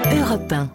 Europe 1.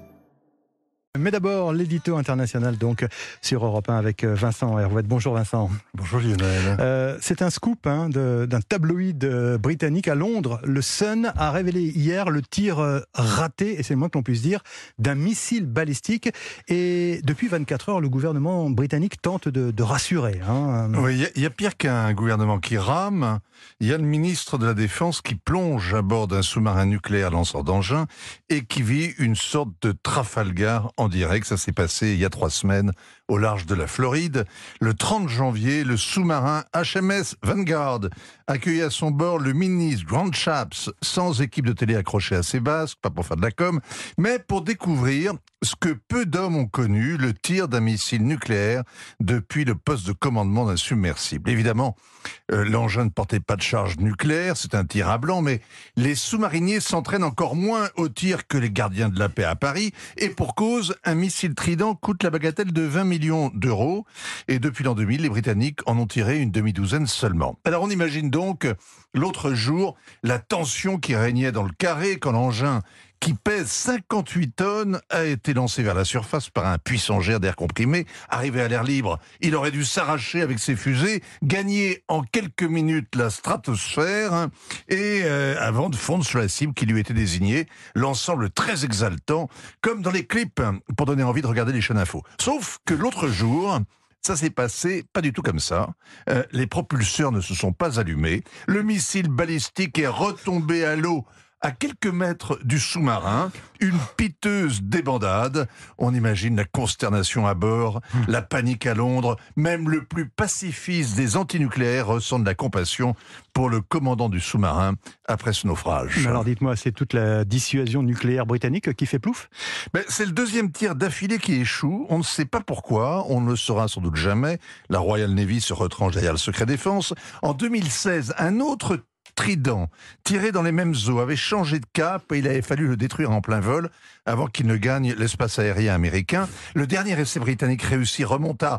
Mais d'abord, l'édito international donc sur Europe 1 avec Vincent Hervouet. Bonjour Vincent. Bonjour Lionel. C'est un scoop d'un tabloïd britannique à Londres. Le Sun a révélé hier le tir raté, et c'est le moins que l'on puisse dire, d'un missile balistique. Et depuis 24 heures, le gouvernement britannique tente de rassurer. Oui, il y a pire qu'un gouvernement qui rame. Il y a le ministre de la Défense qui plonge à bord d'un sous-marin nucléaire lanceur d'engins et qui vit une sorte de Trafalgar en direct. Ça s'est passé il y a 3 semaines au large de la Floride. Le 30 janvier, le sous-marin HMS Vanguard accueillait à son bord le ministre Grant Shapps, sans équipe de télé accrochée à ses basques, pas pour faire de la com, mais pour découvrir ce que peu d'hommes ont connu, le tir d'un missile nucléaire depuis le poste de commandement d'un submersible. Évidemment, l'engin ne portait pas de charge nucléaire, c'est un tir à blanc, mais les sous-mariniers s'entraînent encore moins au tir que les gardiens de la paix à Paris, et pour cause, un missile Trident coûte la bagatelle de 20 millions d'euros, et depuis l'an 2000, les Britanniques en ont tiré une demi-douzaine seulement. Alors on imagine donc, l'autre jour, la tension qui régnait dans le carré quand l'engin, qui pèse 58 tonnes, a été lancé vers la surface par un puissant jet d'air comprimé. Arrivé à l'air libre, il aurait dû s'arracher avec ses fusées, gagner en quelques minutes la stratosphère, et avant de fondre sur la cible qui lui était désignée, l'ensemble très exaltant, comme dans les clips, pour donner envie de regarder les chaînes info. Sauf que l'autre jour, ça s'est passé pas du tout comme ça. Les propulseurs ne se sont pas allumés. Le missile balistique est retombé à l'eau à quelques mètres du sous-marin, une piteuse débandade. On imagine la consternation à bord, la panique à Londres. Même le plus pacifiste des antinucléaires ressent de la compassion pour le commandant du sous-marin après ce naufrage. Mais alors dites-moi, c'est toute la dissuasion nucléaire britannique qui fait plouf ? C'est le deuxième tir d'affilée qui échoue. On ne sait pas pourquoi, on ne le saura sans doute jamais. La Royal Navy se retranche derrière le secret défense. En 2016, un autre Trident, tiré dans les mêmes eaux, avait changé de cap et il avait fallu le détruire en plein vol avant qu'il ne gagne l'espace aérien américain. Le dernier essai britannique réussi remonte à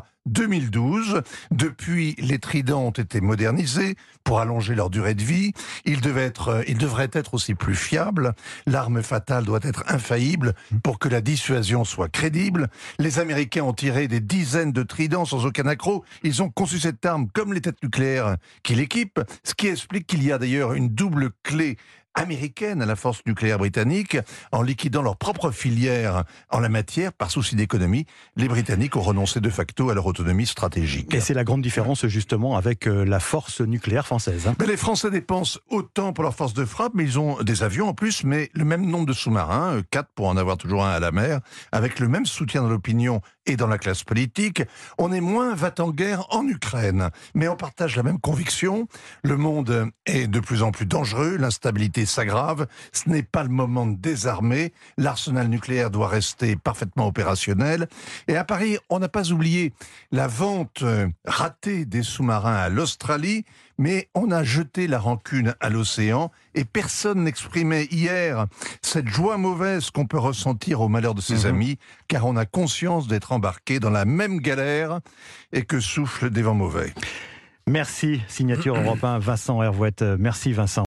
2012. Depuis, les Tridents ont été modernisés pour allonger leur durée de vie. Ils devraient être aussi plus fiables. L'arme fatale doit être infaillible pour que la dissuasion soit crédible. Les Américains ont tiré des dizaines de Tridents sans aucun accroc. Ils ont conçu cette arme comme les têtes nucléaires qui l'équipent, ce qui explique qu'il y a d'ailleurs une double clé américaine à la force nucléaire britannique. En liquidant leur propre filière en la matière, par souci d'économie, les Britanniques ont renoncé de facto à leur autonomie stratégique. Et c'est la grande différence justement avec la force nucléaire française. Les Français dépensent autant pour leur force de frappe, mais ils ont des avions en plus, mais le même nombre de sous-marins, 4 pour en avoir toujours un à la mer, avec le même soutien dans l'opinion et dans la classe politique. On est moins va-t-en-guerre en Ukraine, mais on partage la même conviction. Le monde est de plus en plus dangereux, l'instabilité s'aggrave, ce n'est pas le moment de désarmer, l'arsenal nucléaire doit rester parfaitement opérationnel. Et à Paris, on n'a pas oublié la vente ratée des sous-marins à l'Australie, mais on a jeté la rancune à l'océan et personne n'exprimait hier cette joie mauvaise qu'on peut ressentir au malheur de ses amis, car on a conscience d'être embarqué dans la même galère et que soufflent des vents mauvais. Merci, signature Europe 1, Vincent Hervouet. Merci Vincent.